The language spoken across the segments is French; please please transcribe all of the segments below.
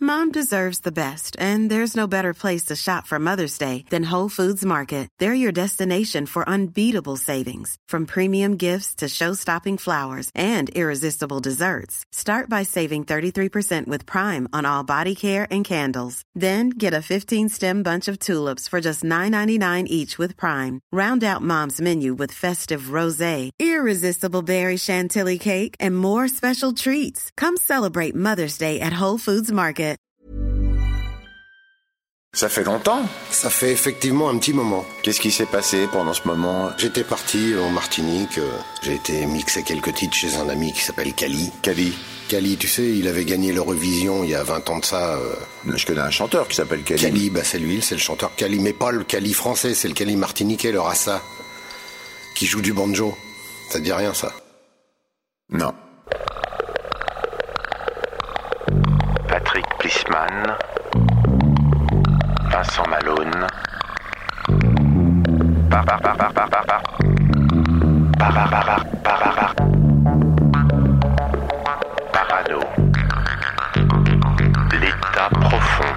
Mom deserves the best, and there's no better place to shop for Mother's Day than Whole Foods Market. They're your destination for unbeatable savings, from premium gifts to show-stopping flowers and irresistible desserts. Start by saving 33% with Prime on all body care and candles. Then get a 15-stem bunch of tulips for just $9.99 each with Prime. Round out Mom's menu with festive rosé, irresistible berry chantilly cake, and more special treats. Come celebrate Mother's Day at Whole Foods Market. Ça fait longtemps? Ça fait effectivement un petit moment. Qu'est-ce qui s'est passé pendant ce moment? J'étais parti en Martinique, j'ai été mixer quelques titres chez un ami qui s'appelle Kali. Kali, tu sais, il avait gagné l'Eurovision il y a 20 ans de ça. Je connais un chanteur qui s'appelle Kali. Kali, c'est lui, c'est le chanteur Kali, mais pas le Kali français, c'est le Kali martiniquais, le Rassa, qui joue du banjo. Ça te dit rien, ça? Non. Patrick Plisman, Vincent Malone, Parano, l'état profond.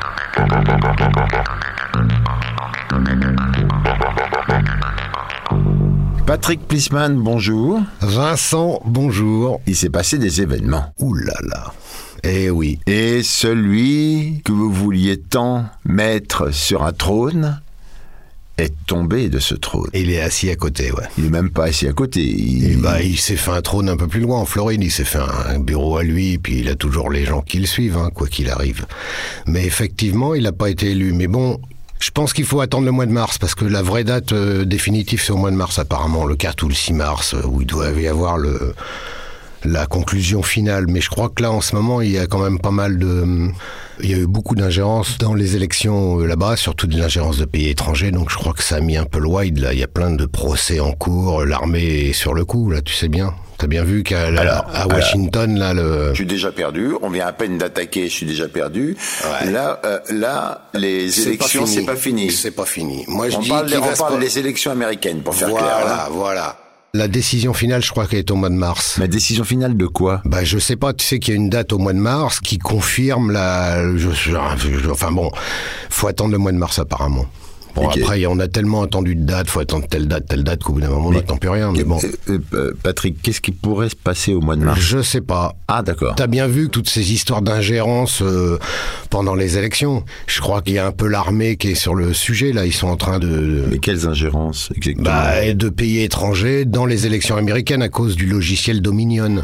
Patrick Plisman, bonjour. Vincent, bonjour. Il s'est passé des événements. Ouh là là. Eh oui. Et celui que vous vouliez tant mettre sur un trône est tombé de ce trône. Il est assis à côté, ouais. Il est même pas assis à côté. Il s'est fait un trône un peu plus loin, en Floride. Il s'est fait un bureau à lui, puis il a toujours les gens qui le suivent, quoi qu'il arrive. Mais effectivement, il n'a pas été élu. Mais bon, je pense qu'il faut attendre le mois de mars, parce que la vraie date définitive, c'est au mois de mars, apparemment, le 4 ou le 6 mars, où il doit y avoir la conclusion finale. Mais je crois que là, en ce moment, il y a quand même pas mal de... Il y a eu beaucoup d'ingérence dans les élections là-bas, surtout de l'ingérence de pays étrangers, donc je crois que ça a mis un peu le wide, là. Il y a plein de procès en cours, l'armée est sur le coup, là, tu sais bien. T'as bien vu qu'à Washington, là, Je suis déjà perdu, on vient à peine d'attaquer, je suis déjà perdu. Ouais. Là, les élections, c'est pas fini. C'est pas fini. Moi, je on parle des élections américaines, pour faire clair. Voilà. La décision finale, je crois qu'elle est au mois de mars. La décision finale de quoi? Je sais pas, tu sais qu'il y a une date au mois de mars qui confirme enfin bon, faut attendre le mois de mars apparemment. Bon, okay. Après, on a tellement attendu de date, faut attendre telle date qu'au bout d'un moment, on n'attend plus rien. Mais bon. Patrick, qu'est-ce qui pourrait se passer au mois de mars? Je sais pas. Ah, d'accord. T'as bien vu toutes ces histoires d'ingérence pendant les élections. Je crois qu'il y a un peu l'armée qui est sur le sujet, là. Ils sont en train de... Mais quelles ingérences, exactement? De pays étrangers dans les élections américaines à cause du logiciel Dominion.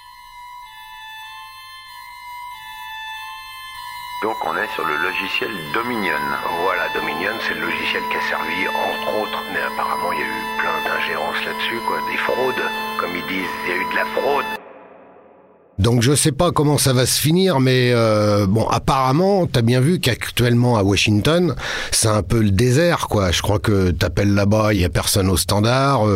Donc on est sur le logiciel Dominion. Voilà, Dominion, c'est le logiciel qui a servi, entre autres, mais apparemment il y a eu plein d'ingérences là-dessus, quoi, des fraudes, comme ils disent, il y a eu de la fraude. Donc je sais pas comment ça va se finir, mais apparemment, t'as bien vu qu'actuellement à Washington, c'est un peu le désert, quoi. Je crois que t'appelles là-bas, il y a personne au standard,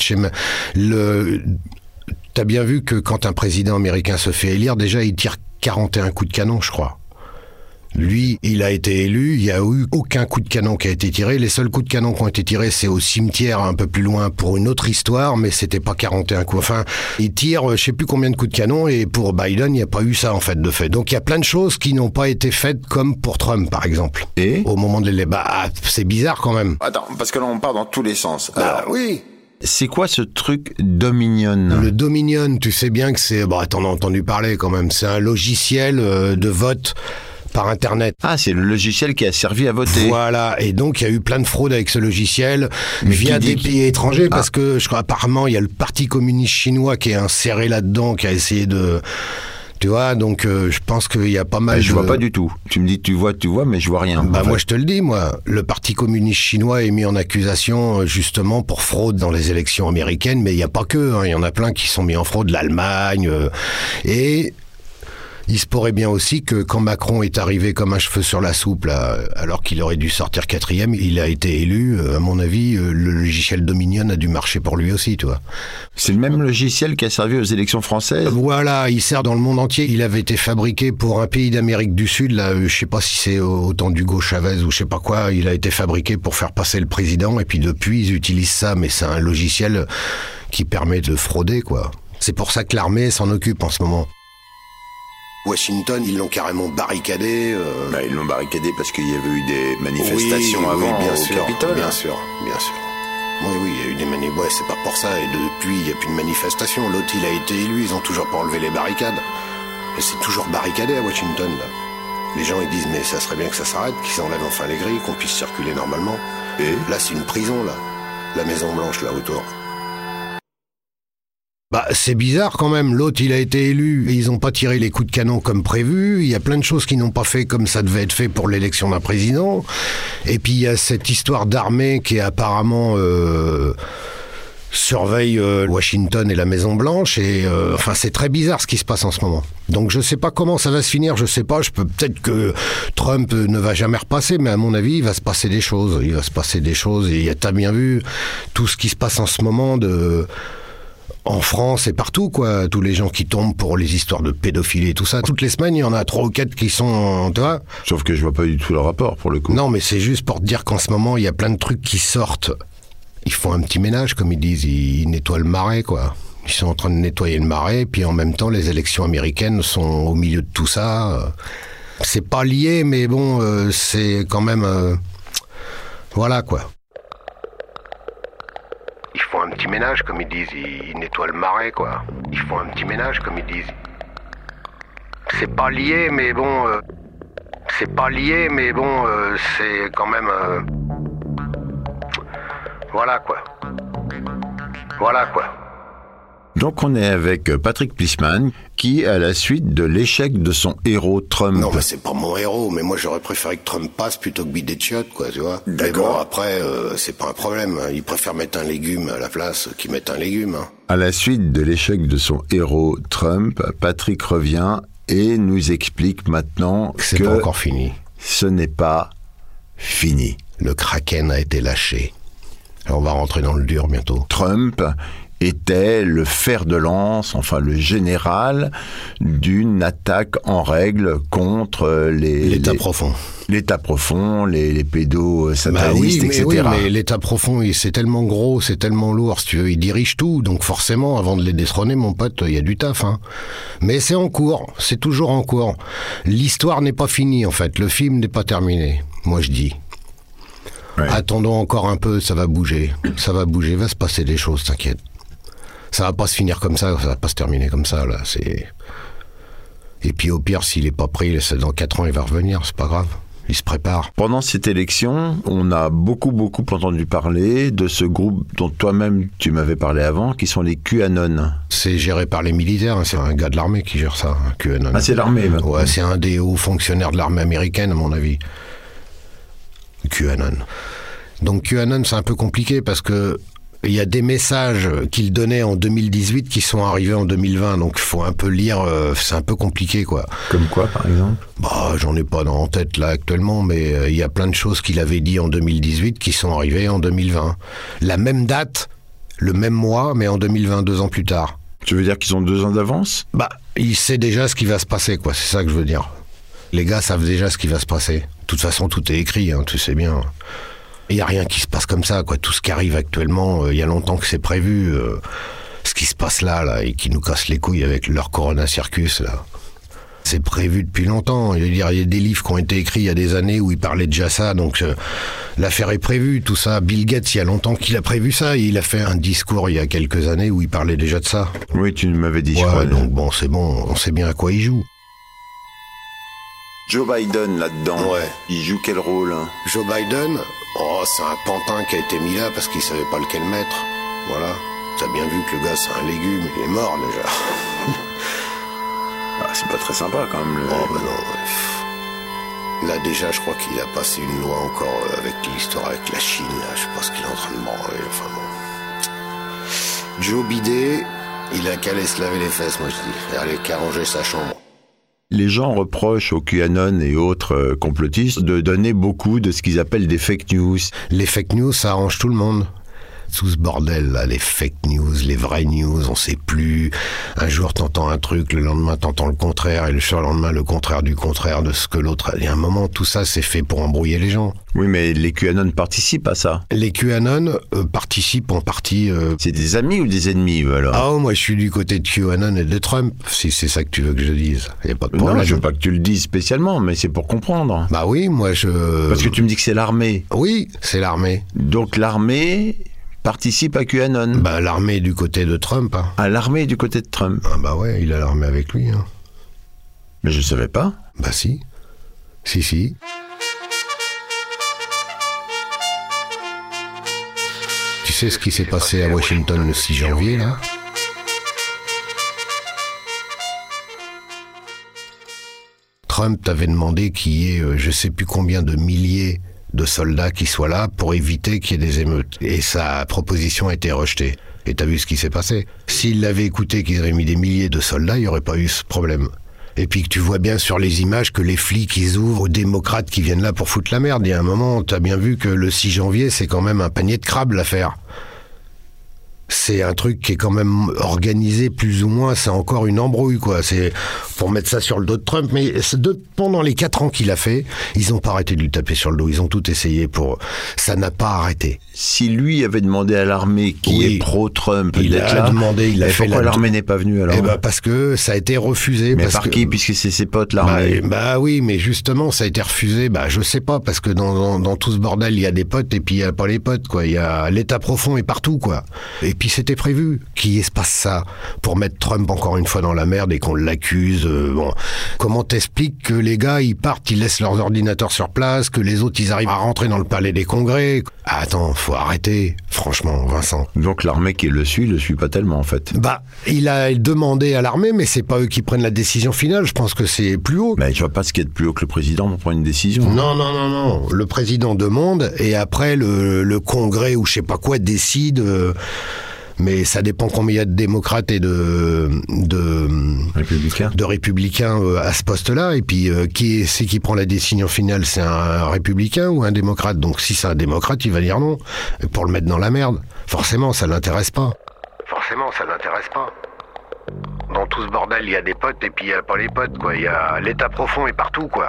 t'as bien vu que quand un président américain se fait élire, déjà il tire 41 coups de canon, je crois. Lui, il a été élu, il n'y a eu aucun coup de canon qui a été tiré. Les seuls coups de canon qui ont été tirés, c'est au cimetière un peu plus loin pour une autre histoire, mais c'était pas 41 coups. Enfin, il tire je sais plus combien de coups de canon, et pour Biden, il n'y a pas eu ça en fait de fait. Donc il y a plein de choses qui n'ont pas été faites comme pour Trump par exemple. Et au moment de c'est bizarre quand même. Attends, parce que là on part dans tous les sens. Oui. C'est quoi ce truc Dominion? Le Dominion, tu sais bien que c'est... t'en as entendu parler quand même. C'est un logiciel de vote par Internet. Ah, c'est le logiciel qui a servi à voter. Voilà, et donc il y a eu plein de fraudes avec ce logiciel via des pays étrangers, parce que je crois apparemment il y a le Parti communiste chinois qui est inséré là-dedans, qui a essayé de... Tu vois, donc je pense qu'il y a pas mal je vois pas du tout. Tu me dis tu vois, mais je vois rien. Moi je te le dis, le Parti communiste chinois est mis en accusation justement pour fraude dans les élections américaines, mais il n'y a pas que, il y en a plein qui sont mis en fraude, l'Allemagne, et... Il se pourrait bien aussi que quand Macron est arrivé comme un cheveu sur la soupe, là, alors qu'il aurait dû sortir 4e, il a été élu. À mon avis, le logiciel Dominion a dû marcher pour lui aussi, tu vois. C'est le même logiciel qui a servi aux élections françaises? Voilà, il sert dans le monde entier. Il avait été fabriqué pour un pays d'Amérique du Sud, là, je sais pas si c'est au temps d'Hugo Chavez ou je sais pas quoi. Il a été fabriqué pour faire passer le président, et puis depuis, ils utilisent ça, mais c'est un logiciel qui permet de frauder, quoi. C'est pour ça que l'armée s'en occupe en ce moment. Washington, ils l'ont carrément barricadé. Ils l'ont barricadé parce qu'il y avait eu des manifestations avant bien au sûr, Capitole. Bien sûr. Oui, il y a eu des manifestations. Ouais, c'est pas pour ça. Et depuis, il n'y a plus de manifestations. L'autre, il a été élu. Ils ont toujours pas enlevé les barricades. Et c'est toujours barricadé à Washington, là. Les gens, ils disent, mais ça serait bien que ça s'arrête, qu'ils enlèvent enfin les grilles, qu'on puisse circuler normalement. Et là, c'est une prison, là. La Maison Blanche, là, autour. C'est bizarre quand même, l'autre il a été élu et ils n'ont pas tiré les coups de canon comme prévu, il y a plein de choses qu'ils n'ont pas fait comme ça devait être fait pour l'élection d'un président, et puis il y a cette histoire d'armée qui est apparemment surveille Washington et la Maison Blanche, et c'est très bizarre ce qui se passe en ce moment. Donc je sais pas comment ça va se finir, je sais pas, peut-être que Trump ne va jamais repasser, mais à mon avis il va se passer des choses, et t'as bien vu tout ce qui se passe en ce moment en France et partout, quoi. Tous les gens qui tombent pour les histoires de pédophilie et tout ça. Toutes les semaines, il y en a 3 ou 4 qui sont, tu vois. Sauf que je vois pas du tout le rapport, pour le coup. Non, mais c'est juste pour te dire qu'en ce moment, il y a plein de trucs qui sortent. Ils font un petit ménage, comme ils disent. Ils nettoient le marais, quoi. Ils sont en train de nettoyer le marais, puis en même temps, les élections américaines sont au milieu de tout ça. C'est pas lié, mais bon, c'est quand même... Voilà, quoi. Ils font un petit ménage, comme ils disent. Ils nettoient le marais, quoi. Ils font un petit ménage, comme ils disent. C'est pas lié, mais bon... c'est quand même... Voilà, quoi. Donc on est avec Patrick Plisman, qui, à la suite de l'échec de son héros Trump... Non, mais c'est pas mon héros, mais moi j'aurais préféré que Trump passe plutôt que bider de chiottes, quoi, tu vois. D'accord. Mais bon, après, c'est pas un problème. Ils préfèrent mettre un légume à la place qu'ils mettent un légume. Hein. À la suite de l'échec de son héros Trump, Patrick revient et nous explique maintenant que c'est pas encore fini. Ce n'est pas fini. Le Kraken a été lâché. Alors on va rentrer dans le dur bientôt. Trump était le fer de lance, enfin le général d'une attaque en règle contre l'État profond. L'État profond, les pédosatanistes, etc. Oui, mais l'État profond, c'est tellement gros, c'est tellement lourd, si tu veux, il dirige tout. Donc forcément, avant de les détrôner, mon pote, il y a du taf. Hein. Mais c'est en cours, c'est toujours en cours. L'histoire n'est pas finie, en fait. Le film n'est pas terminé, moi je dis. Ouais. Attendons encore un peu, ça va bouger, va se passer des choses, t'inquiète. Ça va pas se finir comme ça va pas se terminer comme ça, là, c'est... Et puis au pire, s'il est pas pris, dans 4 ans, il va revenir, c'est pas grave. Il se prépare. Pendant cette élection, on a beaucoup entendu parler de ce groupe dont toi-même tu m'avais parlé avant, qui sont les QAnon. C'est géré par les militaires, hein, c'est un gars de l'armée qui gère ça, hein, QAnon. Ah, c'est l'armée, maintenant. Ouais, c'est un des hauts fonctionnaires de l'armée américaine, à mon avis. QAnon. Donc QAnon, c'est un peu compliqué parce que il y a des messages qu'il donnait en 2018 qui sont arrivés en 2020, donc il faut un peu lire, c'est un peu compliqué, quoi. Comme quoi, par exemple ? J'en ai pas en tête là actuellement, mais il y a plein de choses qu'il avait dit en 2018 qui sont arrivées en 2020. La même date, le même mois, mais en 2020, 2 ans plus tard. Tu veux dire qu'ils ont 2 ans d'avance ? Il sait déjà ce qui va se passer, quoi, c'est ça que je veux dire. Les gars savent déjà ce qui va se passer. De toute façon, tout est écrit, hein, tu sais bien. Il n'y a rien qui se passe comme ça, quoi. Tout ce qui arrive actuellement, il y a longtemps que c'est prévu. Ce qui se passe là, et qui nous casse les couilles avec leur Corona Circus, là. C'est prévu depuis longtemps. Je veux dire, il y a des livres qui ont été écrits il y a des années où ils parlaient déjà ça, donc l'affaire est prévue, tout ça. Bill Gates, il y a longtemps qu'il a prévu ça. Il a fait un discours il y a quelques années où il parlait déjà de ça. Oui, tu m'avais dit, je crois. Donc bon, c'est bon, on sait bien à quoi il joue. Joe Biden, là-dedans, il joue quel rôle, hein ? Joe Biden, c'est un pantin qui a été mis là parce qu'il savait pas lequel mettre. Voilà. T'as bien vu que le gars, c'est un légume. Il est mort, déjà. C'est pas très sympa, quand même. Non. Là, déjà, je crois qu'il a passé une loi encore avec l'histoire avec la Chine, là. Je sais pas ce qu'il est en train de branler. Enfin bon. Joe Bidet, il a qu'à aller se laver les fesses, moi, je dis. Il a qu'à ranger sa chambre. Les gens reprochent aux QAnon et autres complotistes de donner beaucoup de ce qu'ils appellent des fake news. Les fake news, ça arrange tout le monde. Tout ce bordel là, les fake news, les vraies news, on sait plus. Un jour t'entends un truc, le lendemain t'entends le contraire, et le surlendemain le contraire du contraire de ce que l'autre a dit. À un moment, tout ça c'est fait pour embrouiller les gens. Oui, mais les QAnon participent à ça. Les QAnon participent en partie... C'est des amis ou des ennemis, alors? Ah, moi je suis du côté de QAnon et de Trump, si c'est ça que tu veux que je dise. Y a pas de problème. Non, je veux pas que tu le dises spécialement, mais c'est pour comprendre. Bah oui, moi je... Parce que tu me dis que c'est l'armée. Oui, c'est l'armée. Donc l'armée participe à QAnon. Bah l'armée du côté de Trump. Hein. À l'armée du côté de Trump. Ah bah ouais, il a l'armée avec lui. Hein. Mais je savais pas. Bah si. Si. Tu sais ce qui s'est passé à Washington le 6 janvier, là ? Trump t'avait demandé qu'il y ait je sais plus combien de milliers de soldats qui soient là pour éviter qu'il y ait des émeutes. Et sa proposition a été rejetée. Et t'as vu ce qui s'est passé ? S'il l'avait écouté, qu'ils auraient mis des milliers de soldats, il n'y aurait pas eu ce problème. Et puis que tu vois bien sur les images que les flics, ils ouvrent aux démocrates qui viennent là pour foutre la merde. Il y a un moment, t'as bien vu que le 6 janvier, c'est quand même un panier de crabes l'affaire. C'est un truc qui est quand même organisé plus ou moins, c'est encore une embrouille quoi, c'est pour mettre ça sur le dos de Trump, mais pendant les 4 ans qu'il a fait, ils n'ont pas arrêté de lui taper sur le dos, ils ont tout essayé pour... Ça n'a pas arrêté. Si lui avait demandé à l'armée qui est pro-Trump il d'être a là, demandé, il a fait pourquoi l'armée n'est pas venue alors? Eh ben parce que ça a été refusé. Mais parce par qui? Puisque c'est ses potes l'armée. Bah oui, mais justement ça a été refusé, je sais pas, parce que dans tout ce bordel il y a des potes et puis il y a pas les potes quoi, il y a l'état profond est partout quoi. Et puis c'était prévu qu'il se passe ça pour mettre Trump encore une fois dans la merde et qu'on l'accuse. Comment t'expliques que les gars ils partent, ils laissent leurs ordinateurs sur place, que les autres ils arrivent à rentrer dans le palais des congrès? Attends, faut arrêter, franchement, Vincent. Donc l'armée qui le suit pas tellement en fait. Il a demandé à l'armée, mais c'est pas eux qui prennent la décision finale. Je pense que c'est plus haut. Mais je vois pas ce qu'il y a de plus haut que le président pour prendre une décision. Non. Le président demande et après le congrès ou je sais pas quoi décide. Mais ça dépend combien il y a de démocrates et de républicains à ce poste-là. Et puis, c'est qui prend la décision finale? C'est un républicain ou un démocrate? Donc, si c'est un démocrate, il va dire non. Pour le mettre dans la merde. Forcément, ça l'intéresse pas. Dans tout ce bordel, il y a des potes et puis il n'y a pas les potes, quoi. Il y a l'état profond est partout, quoi.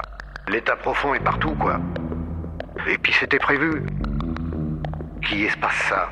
Et puis, c'était prévu qu'il se passe ça.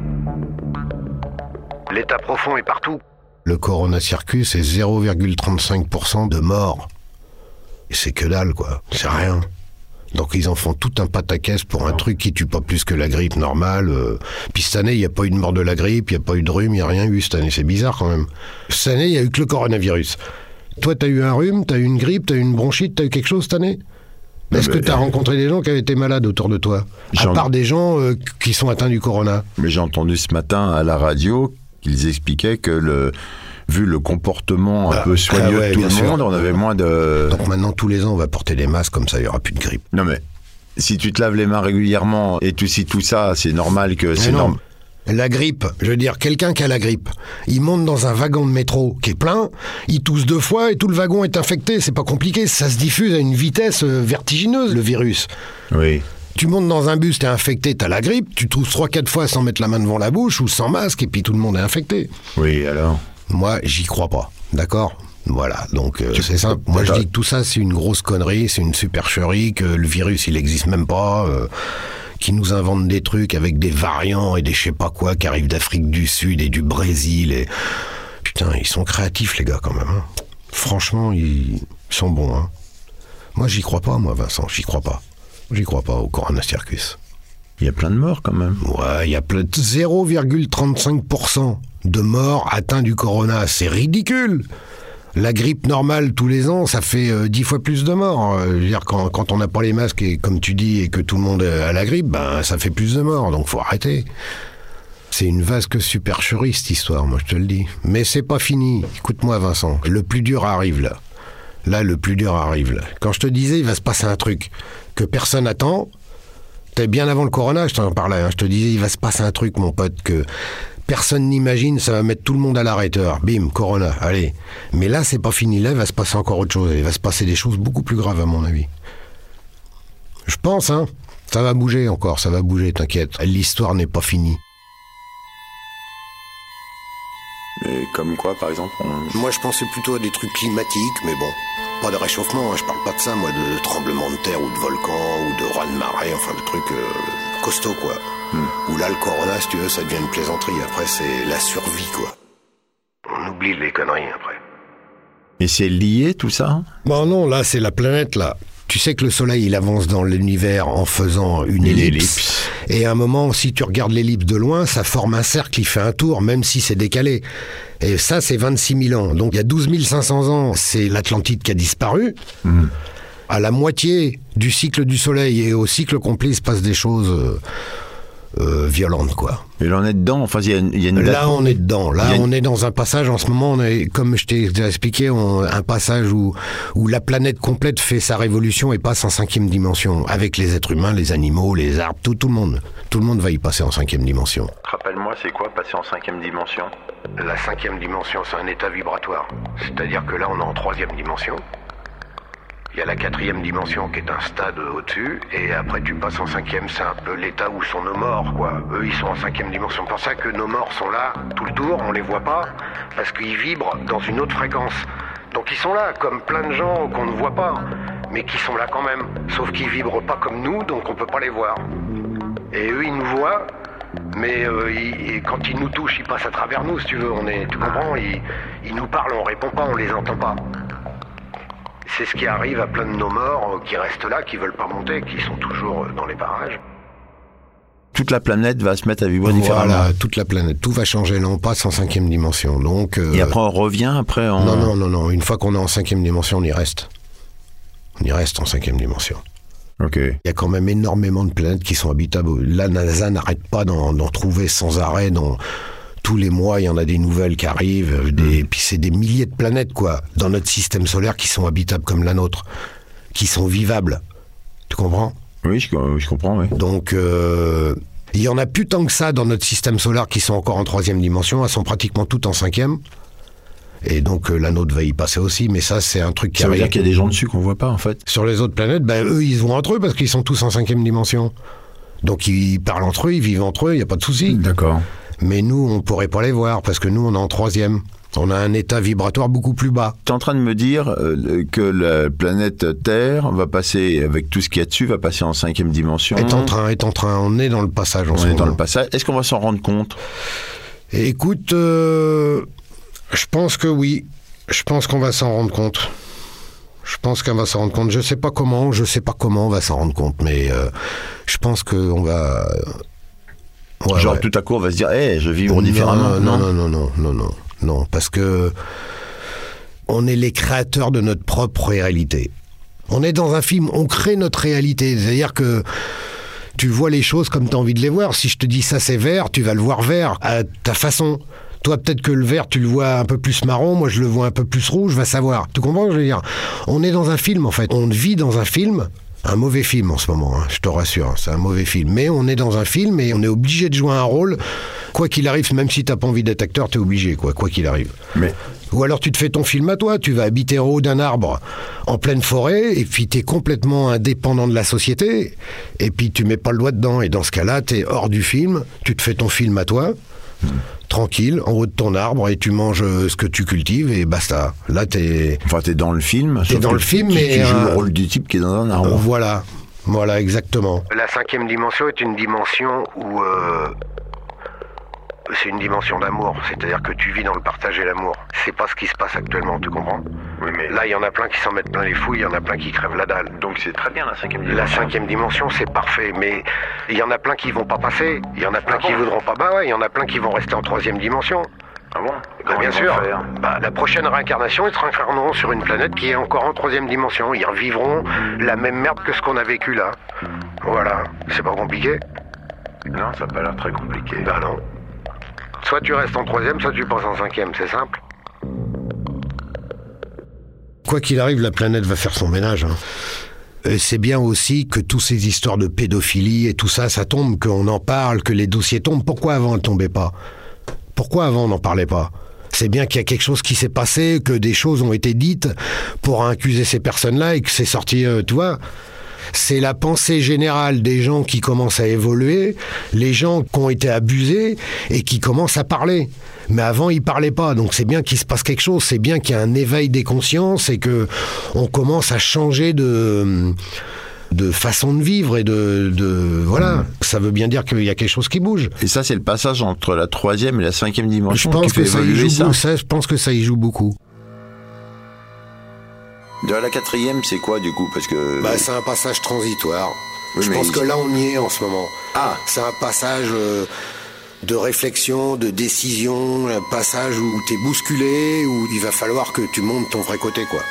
L'état profond est partout. Le Corona Circus, c'est 0,35% de morts. Et c'est que dalle, quoi. C'est rien. Donc ils en font tout un pataquès pour un truc qui tue pas plus que la grippe normale. Puis cette année, il n'y a pas eu de mort de la grippe, il n'y a pas eu de rhume, il n'y a rien eu cette année. C'est bizarre quand même. Cette année, il n'y a eu que le coronavirus. Toi, t'as eu un rhume, t'as eu une grippe, t'as eu une bronchite, t'as eu quelque chose cette année? Est-ce que t'as rencontré des gens qui avaient été malades autour de toi? À part des gens qui sont atteints du corona. Mais j'ai entendu ce matin à la radio qu'ils expliquaient que vu le comportement un peu soigneux de tout le monde, on avait moins de... Donc maintenant, tous les ans, on va porter des masques, comme ça, il n'y aura plus de grippe. Non mais, si tu te laves les mains régulièrement et tout ça, c'est normal que... La grippe, je veux dire, quelqu'un qui a la grippe, il monte dans un wagon de métro qui est plein, il tousse 2 fois et tout le wagon est infecté, c'est pas compliqué, ça se diffuse à une vitesse vertigineuse, le virus. Oui. Tu montes dans un bus, t'es infecté, t'as la grippe, tu tousses 3-4 fois sans mettre la main devant la bouche ou sans masque et puis tout le monde est infecté. Oui, alors? Moi, j'y crois pas, d'accord ? Voilà, donc c'est simple. Moi, je dis que tout ça, c'est une grosse connerie, c'est une supercherie, que le virus, il existe même pas, qui nous inventent des trucs avec des variants et des je sais pas quoi qui arrivent d'Afrique du Sud et du Brésil et... Putain, ils sont créatifs, les gars, quand même. Hein. Franchement, ils sont bons. Hein. Moi, j'y crois pas, moi, Vincent, j'y crois pas. J'y crois pas au Corona Circus. Il y a plein de morts, quand même. Ouais, il y a 0,35% de morts atteints du corona. C'est ridicule. La grippe normale, tous les ans, ça fait 10 fois plus de morts. Je veux dire, quand on n'a pas les masques, et comme tu dis, et que tout le monde a la grippe, ça fait plus de morts. Donc, faut arrêter. C'est une vaste supercherie, cette histoire, moi, je te le dis. Mais c'est pas fini. Écoute-moi, Vincent. Le plus dur arrive, là. Le plus dur arrive, là. Quand je te disais, il va se passer un truc que personne attend... T'es bien avant le corona, je t'en parlais. Hein. Je te disais, il va se passer un truc, mon pote, que personne n'imagine. Ça va mettre tout le monde à l'arrêteur. Bim, corona, allez. Mais là, c'est pas fini. Là, il va se passer encore autre chose. Il va se passer des choses beaucoup plus graves, à mon avis. Je pense, hein. Ça va bouger encore, ça va bouger, t'inquiète. L'histoire n'est pas finie. Mais comme quoi, par exemple Moi, je pensais plutôt à des trucs climatiques, mais bon, pas de réchauffement, hein, je parle pas de ça, moi, de tremblements de terre ou de volcans ou de raz-de-marée, enfin, de trucs costauds, quoi. Où là, le corona, si tu veux, ça devient une plaisanterie. Après, c'est la survie, quoi. On oublie les conneries après. Et c'est lié tout ça? Bon non, là c'est la planète là. Tu sais que le Soleil il avance dans l'univers en faisant une ellipse. Et à un moment, si tu regardes l'ellipse de loin, ça forme un cercle, il fait un tour, même si c'est décalé. Et ça c'est 26 000 ans. Donc il y a 12 500 ans, c'est l'Atlantide qui a disparu. À la moitié du cycle du Soleil et au cycle complet, il se passe des choses violentes, quoi. Et là on est dedans, enfin il y a une date. Là on est dedans, là on est dans un passage en ce moment, on est, comme je t'ai expliqué, un passage où la planète complète fait sa révolution et passe en 5e dimension, avec les êtres humains, les animaux, les arbres, tout le monde. Tout le monde va y passer en 5e dimension. Rappelle-moi, c'est quoi passer en 5e dimension? La 5e dimension, c'est un état vibratoire. C'est-à-dire que là, on est en 3e dimension. Il y a la 4e dimension qui est un stade au-dessus, et après tu passes en 5e, c'est un peu l'état où sont nos morts, quoi. Eux, ils sont en 5e dimension. C'est pour ça que nos morts sont là tout le tour, on les voit pas, parce qu'ils vibrent dans une autre fréquence. Donc ils sont là, comme plein de gens qu'on ne voit pas, mais qui sont là quand même. Sauf qu'ils vibrent pas comme nous, donc on peut pas les voir. Et eux, ils nous voient, mais quand ils nous touchent, ils passent à travers nous, si tu veux. Tu comprends, ils nous parlent, on répond pas, on les entend pas. C'est ce qui arrive à plein de nos morts qui restent là, qui veulent pas monter, qui sont toujours dans les parages. Toute la planète va se mettre à vibrer différemment. Voilà, toute la planète, tout va changer. Là, on passe en 5e dimension. Donc, et après, on revient après en... Non. Une fois qu'on est en 5e dimension, on y reste. On y reste en 5e dimension. Ok. Il y a quand même énormément de planètes qui sont habitables. La NASA n'arrête pas d'en trouver sans arrêt. Tous les mois, il y en a des nouvelles qui arrivent. Puis c'est des milliers de planètes, quoi, dans notre système solaire qui sont habitables comme la nôtre, qui sont vivables. Tu comprends ? Oui, je comprends, oui. Donc, il y en a plus tant que ça dans notre système solaire qui sont encore en 3e dimension. Elles sont pratiquement toutes en 5e. Et donc, la nôtre va y passer aussi. Mais ça, c'est un truc qui arrive. Ça veut dire qu'il y a des gens dessus qu'on voit pas, en fait. Sur les autres planètes, eux, ils se voient entre eux parce qu'ils sont tous en 5e dimension. Donc, ils parlent entre eux, ils vivent entre eux, il n'y a pas de souci. D'accord. Mais nous, on ne pourrait pas les voir parce que nous, on est en 3e. On a un état vibratoire beaucoup plus bas. Tu es en train de me dire que la planète Terre va passer, avec tout ce qu'il y a dessus, va passer en 5e dimension. Est en train. On est dans le passage en ce moment. On est dans le passage. Est-ce qu'on va s'en rendre compte ? Écoute, je pense que oui. Je pense qu'on va s'en rendre compte. Je pense qu'on va s'en rendre compte. Je sais pas comment on va s'en rendre compte, mais je pense qu'on va... Ouais, genre tout à coup on va se dire je vibre différemment. Non, parce que on est les créateurs de notre propre réalité. On est dans un film, on crée notre réalité, c'est-à-dire que tu vois les choses comme tu as envie de les voir. Si je te dis ça c'est vert, tu vas le voir vert à ta façon. Toi, peut-être que le vert, tu le vois un peu plus marron, moi je le vois un peu plus rouge, va savoir. Tu comprends ce que je veux dire ? On est dans un film en fait, on vit dans un film. Un mauvais film en ce moment, je te rassure, c'est un mauvais film. Mais on est dans un film et on est obligé de jouer un rôle. Quoi qu'il arrive, même si t'as pas envie d'être acteur, t'es obligé, quoi qu'il arrive. Ou alors tu te fais ton film à toi, tu vas habiter en haut d'un arbre en pleine forêt et puis t'es complètement indépendant de la société et puis tu mets pas le doigt dedans. Et dans ce cas-là, t'es hors du film, tu te fais ton film à toi. Tranquille, en haut de ton arbre, et tu manges ce que tu cultives, et basta. Là, t'es dans le film. T'es dans le film, mais... Tu joues le rôle du type qui est dans un arbre. Voilà, exactement. La 5e dimension est une dimension où... c'est une dimension d'amour, c'est-à-dire que tu vis dans le partage et l'amour. C'est pas ce qui se passe actuellement, tu comprends ? Oui, mais là, il y en a plein qui s'en mettent plein les fouilles, il y en a plein qui crèvent la dalle. Donc c'est très bien la 5e dimension. La 5e dimension, c'est parfait, mais il y en a plein qui vont pas passer, il y en a plein qui voudront pas... il y en a plein qui vont rester en 3e dimension. Ah bon ? Bien sûr. La prochaine réincarnation, ils se réincarneront sur une planète qui est encore en 3e dimension. Ils revivront la même merde que ce qu'on a vécu là. Voilà. C'est pas compliqué ? Non, ça a pas l'air très compliqué. Non. Soit tu restes en 3e, soit tu passes en 5e, c'est simple. Quoi qu'il arrive, la planète va faire son ménage. Et c'est bien aussi que toutes ces histoires de pédophilie et tout ça, ça tombe, qu'on en parle, que les dossiers tombent. Pourquoi avant, elles ne tombaient pas ? Pourquoi avant, on n'en parlait pas ? C'est bien qu'il y a quelque chose qui s'est passé, que des choses ont été dites pour accuser ces personnes-là et que c'est sorti, tu vois. C'est la pensée générale des gens qui commencent à évoluer, les gens qui ont été abusés et qui commencent à parler. Mais avant, ils parlaient pas. Donc c'est bien qu'il se passe quelque chose. C'est bien qu'il y a un éveil des consciences et que on commence à changer de façon de vivre et voilà. Ça veut bien dire qu'il y a quelque chose qui bouge. Et ça, c'est le passage entre la 3e et la 5e dimension. Je pense que ça y joue. Je pense que ça y joue beaucoup. De la 4e, c'est quoi du coup? Parce que c'est un passage transitoire. Oui, je pense que là, on y est en ce moment. Ah, c'est un passage de réflexion, de décision, un passage où t'es bousculé, où il va falloir que tu montes ton vrai côté, quoi.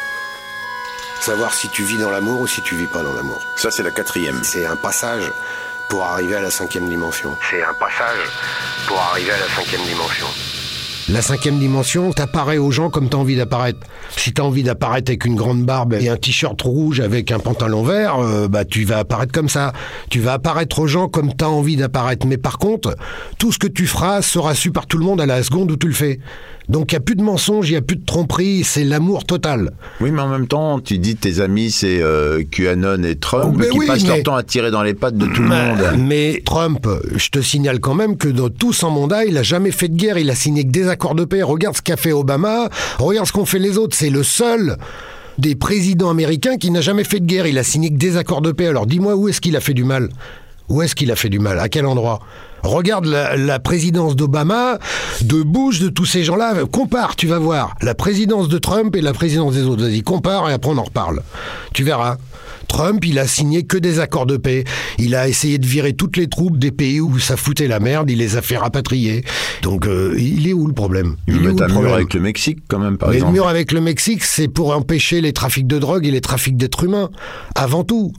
Savoir si tu vis dans l'amour ou si tu vis pas dans l'amour. Ça, c'est la 4e. C'est un passage pour arriver à la 5e dimension. C'est un passage pour arriver à la 5e dimension. La 5e dimension, t'apparais aux gens comme t'as envie d'apparaître. Si t'as envie d'apparaître avec une grande barbe et un t-shirt rouge avec un pantalon vert, tu vas apparaître comme ça. Tu vas apparaître aux gens comme t'as envie d'apparaître. Mais par contre, tout ce que tu feras sera su par tout le monde à la seconde où tu le fais. Donc il n'y a plus de mensonges, il n'y a plus de tromperie, c'est l'amour total. Oui, mais en même temps, tu dis tes amis, c'est QAnon et Trump, qui passent leur temps à tirer dans les pattes de tout le monde. Mais Trump, je te signale quand même que dans tout son mandat, il n'a jamais fait de guerre, il a signé que des accords de paix. Regarde ce qu'a fait Obama, regarde ce qu'ont fait les autres, c'est le seul des présidents américains qui n'a jamais fait de guerre, il a signé que des accords de paix. Alors dis-moi, où est-ce qu'il a fait du mal ? Où est-ce qu'il a fait du mal ? À quel endroit ? Regarde la présidence d'Obama, de Bush, de tous ces gens-là. Compare, tu vas voir. La présidence de Trump et la présidence des autres. Vas-y, compare et après on en reparle. Tu verras. Trump, il a signé que des accords de paix. Il a essayé de virer toutes les troupes des pays où ça foutait la merde. Il les a fait rapatrier. Donc, il est où le problème ? Il met un mur avec le Mexique, quand même, par exemple. Le mur avec le Mexique, c'est pour empêcher les trafics de drogue et les trafics d'êtres humains. Avant tout.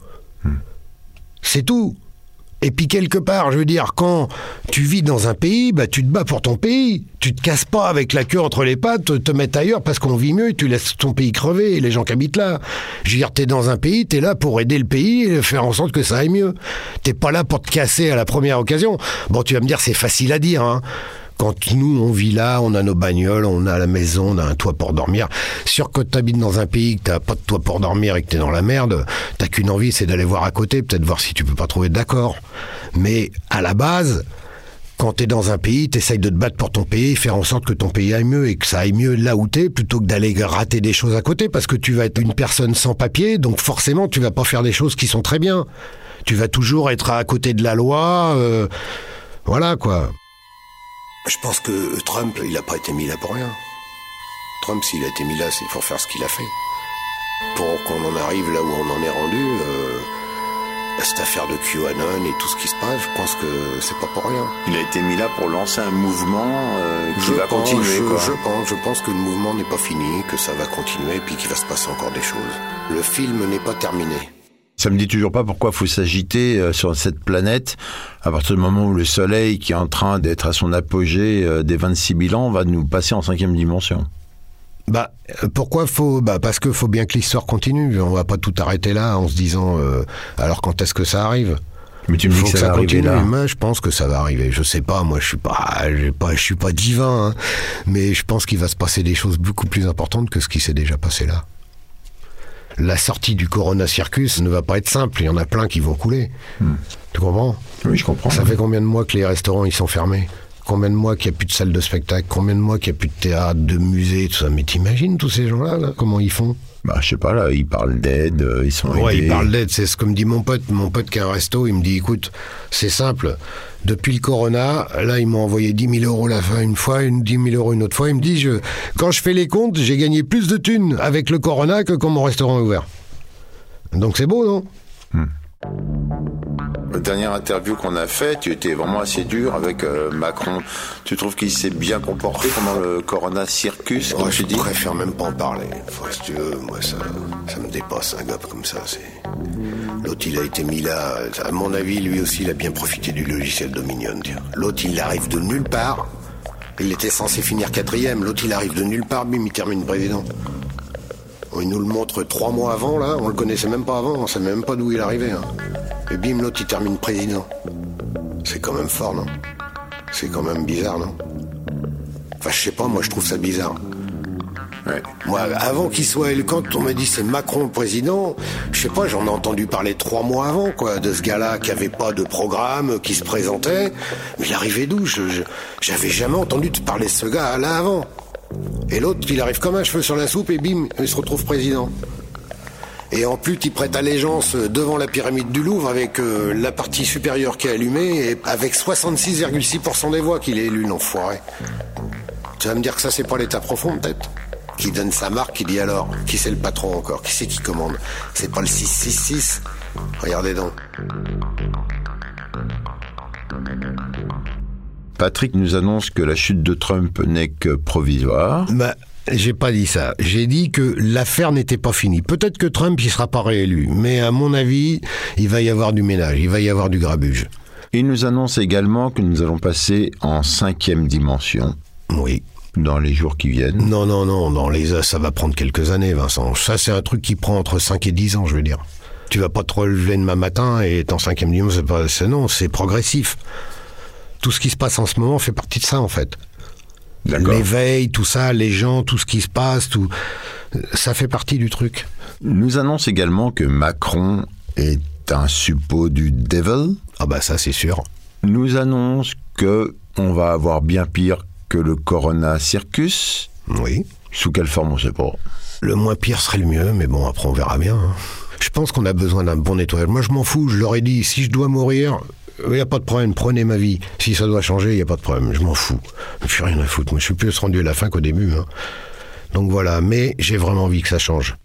C'est tout. Et puis quelque part, je veux dire, quand tu vis dans un pays, tu te bats pour ton pays. Tu te casses pas avec la queue entre les pattes, te mettre ailleurs parce qu'on vit mieux et tu laisses ton pays crever et les gens qui habitent là. Je veux dire, t'es dans un pays, t'es là pour aider le pays et faire en sorte que ça aille mieux. T'es pas là pour te casser à la première occasion. Bon, tu vas me dire, c'est facile à dire, hein. Quand nous, on vit là, on a nos bagnoles, on a la maison, on a un toit pour dormir. Sûr que t'habites dans un pays, que t'as pas de toit pour dormir et que t'es dans la merde, t'as qu'une envie, c'est d'aller voir à côté, peut-être voir si tu peux pas trouver d'accord. Mais à la base, quand t'es dans un pays, t'essayes de te battre pour ton pays, faire en sorte que ton pays aille mieux et que ça aille mieux là où t'es, plutôt que d'aller rater des choses à côté, parce que tu vas être une personne sans papier, donc forcément, tu vas pas faire des choses qui sont très bien. Tu vas toujours être à côté de la loi, voilà quoi. Je pense que Trump, il n'a pas été mis là pour rien. Trump, s'il a été mis là, c'est pour faire ce qu'il a fait. Pour qu'on en arrive là où on en est rendu, cette affaire de QAnon et tout ce qui se passe, je pense que c'est pas pour rien. Il a été mis là pour lancer un mouvement qui va continuer, quoi. Je pense que le mouvement n'est pas fini, que ça va continuer, puis qu'il va se passer encore des choses. Le film n'est pas terminé. Ça me dit toujours pas pourquoi il faut s'agiter sur cette planète à partir du moment où le Soleil, qui est en train d'être à son apogée des 26 000 ans, va nous passer en 5e dimension. Pourquoi faut parce qu'il faut bien que l'histoire continue. On va pas tout arrêter là en se disant alors quand est-ce que ça arrive ? Mais tu me dis que ça va arriver là. Moi, je pense que ça va arriver. Je sais pas, moi je suis pas divin, hein, mais je pense qu'il va se passer des choses beaucoup plus importantes que ce qui s'est déjà passé là. La sortie du Corona Circus ne va pas être simple, il y en a plein qui vont couler. Tu comprends ? Oui, je comprends. Ça fait combien de mois que les restaurants ils sont fermés ? Combien de mois qu'il n'y a plus de salles de spectacle ? Combien de mois qu'il n'y a plus de théâtre, de musée, tout ça ? Mais t'imagines tous ces gens-là, là, comment ils font ? Je sais pas, là, ils parlent d'aide, ils sont aidés. Ouais, ils parlent d'aide, c'est ce que me dit mon pote qui a un resto, il me dit, écoute, c'est simple, depuis le Corona, là, ils m'ont envoyé 10 000 € la fin une fois, 10 000 € une autre fois, il me dit, quand je fais les comptes, j'ai gagné plus de thunes avec le Corona que quand mon restaurant est ouvert. Donc c'est beau, non ? La dernière interview qu'on a faite, tu étais vraiment assez dur avec Macron. Tu trouves qu'il s'est bien comporté pendant le Corona Circus, comme tu dis ? Je préfère même pas en parler. Si tu veux, moi, ça me dépasse, un gars comme ça. L'autre, il a été mis là. À mon avis, lui aussi, il a bien profité du logiciel Dominion. Tiens. L'autre, il arrive de nulle part. Il était censé finir 4e. L'autre, il arrive de nulle part, bim, il termine président. Il nous le montre 3 mois avant, là. On le connaissait même pas avant. On savait même pas d'où il arrivait. Hein. Et bim, l'autre, il termine président. C'est quand même fort, non ? C'est quand même bizarre, non ? Enfin, je sais pas, moi, je trouve ça bizarre. Ouais. Moi, avant qu'il soit élu, quand on m'a dit c'est Macron le président, je sais pas, j'en ai entendu parler 3 mois avant, quoi, de ce gars-là qui avait pas de programme, qui se présentait. Mais il arrivait d'où? J'avais jamais entendu parler de ce gars-là avant. Et l'autre, il arrive comme un cheveu sur la soupe et bim, il se retrouve président. Et en plus, il prête allégeance devant la pyramide du Louvre avec la partie supérieure qui est allumée et avec 66,6% des voix qu'il est élu, l'enfoiré. Tu vas me dire que ça, c'est pas l'état profond, peut-être? Qui donne sa marque, qui dit alors, qui c'est le patron encore? Qui c'est qui commande? C'est pas le 666? Regardez donc. Patrick nous annonce que la chute de Trump n'est que provisoire. J'ai pas dit ça. J'ai dit que l'affaire n'était pas finie. Peut-être que Trump, il sera pas réélu. Mais à mon avis, il va y avoir du ménage, il va y avoir du grabuge. Il nous annonce également que nous allons passer en 5e dimension. Oui. Dans les jours qui viennent. Non, ça va prendre quelques années, Vincent. Ça, c'est un truc qui prend entre 5 et 10 ans, je veux dire. Tu vas pas te relever demain matin et être en 5e dimension, c'est progressif. Tout ce qui se passe en ce moment fait partie de ça, en fait. D'accord. L'éveil, tout ça, les gens, tout ce qui se passe, tout ça fait partie du truc. Nous annonce également que Macron est un suppôt du devil. Ah bah ça, c'est sûr. Nous annonce que on va avoir bien pire que le Corona Circus. Oui. Sous quelle forme, on sait pas. Le moins pire serait le mieux, mais bon, après on verra bien. Je pense qu'on a besoin d'un bon nettoyage. Moi, je m'en fous, je leur ai dit, si je dois mourir, il n'y a pas de problème, prenez ma vie. Si ça doit changer, il n'y a pas de problème, je m'en fous. Je suis rien à foutre, moi je suis plus rendu à la fin qu'au début. Donc voilà, mais j'ai vraiment envie que ça change.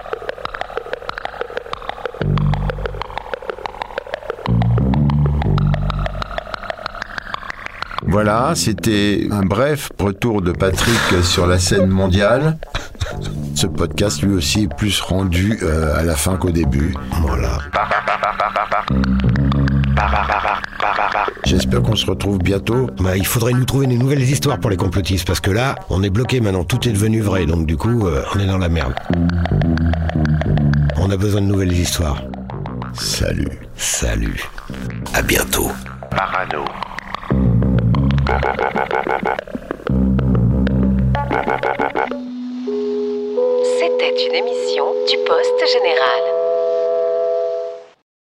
Voilà, c'était un bref retour de Patrick sur la scène mondiale. Ce podcast, lui aussi, est plus rendu à la fin qu'au début. Voilà. J'espère qu'on se retrouve bientôt. Il faudrait nous trouver des nouvelles histoires pour les complotistes, parce que là, on est bloqué maintenant, tout est devenu vrai, donc du coup, on est dans la merde. On a besoin de nouvelles histoires. Salut. À bientôt. Parano. C'était une émission du Poste Général.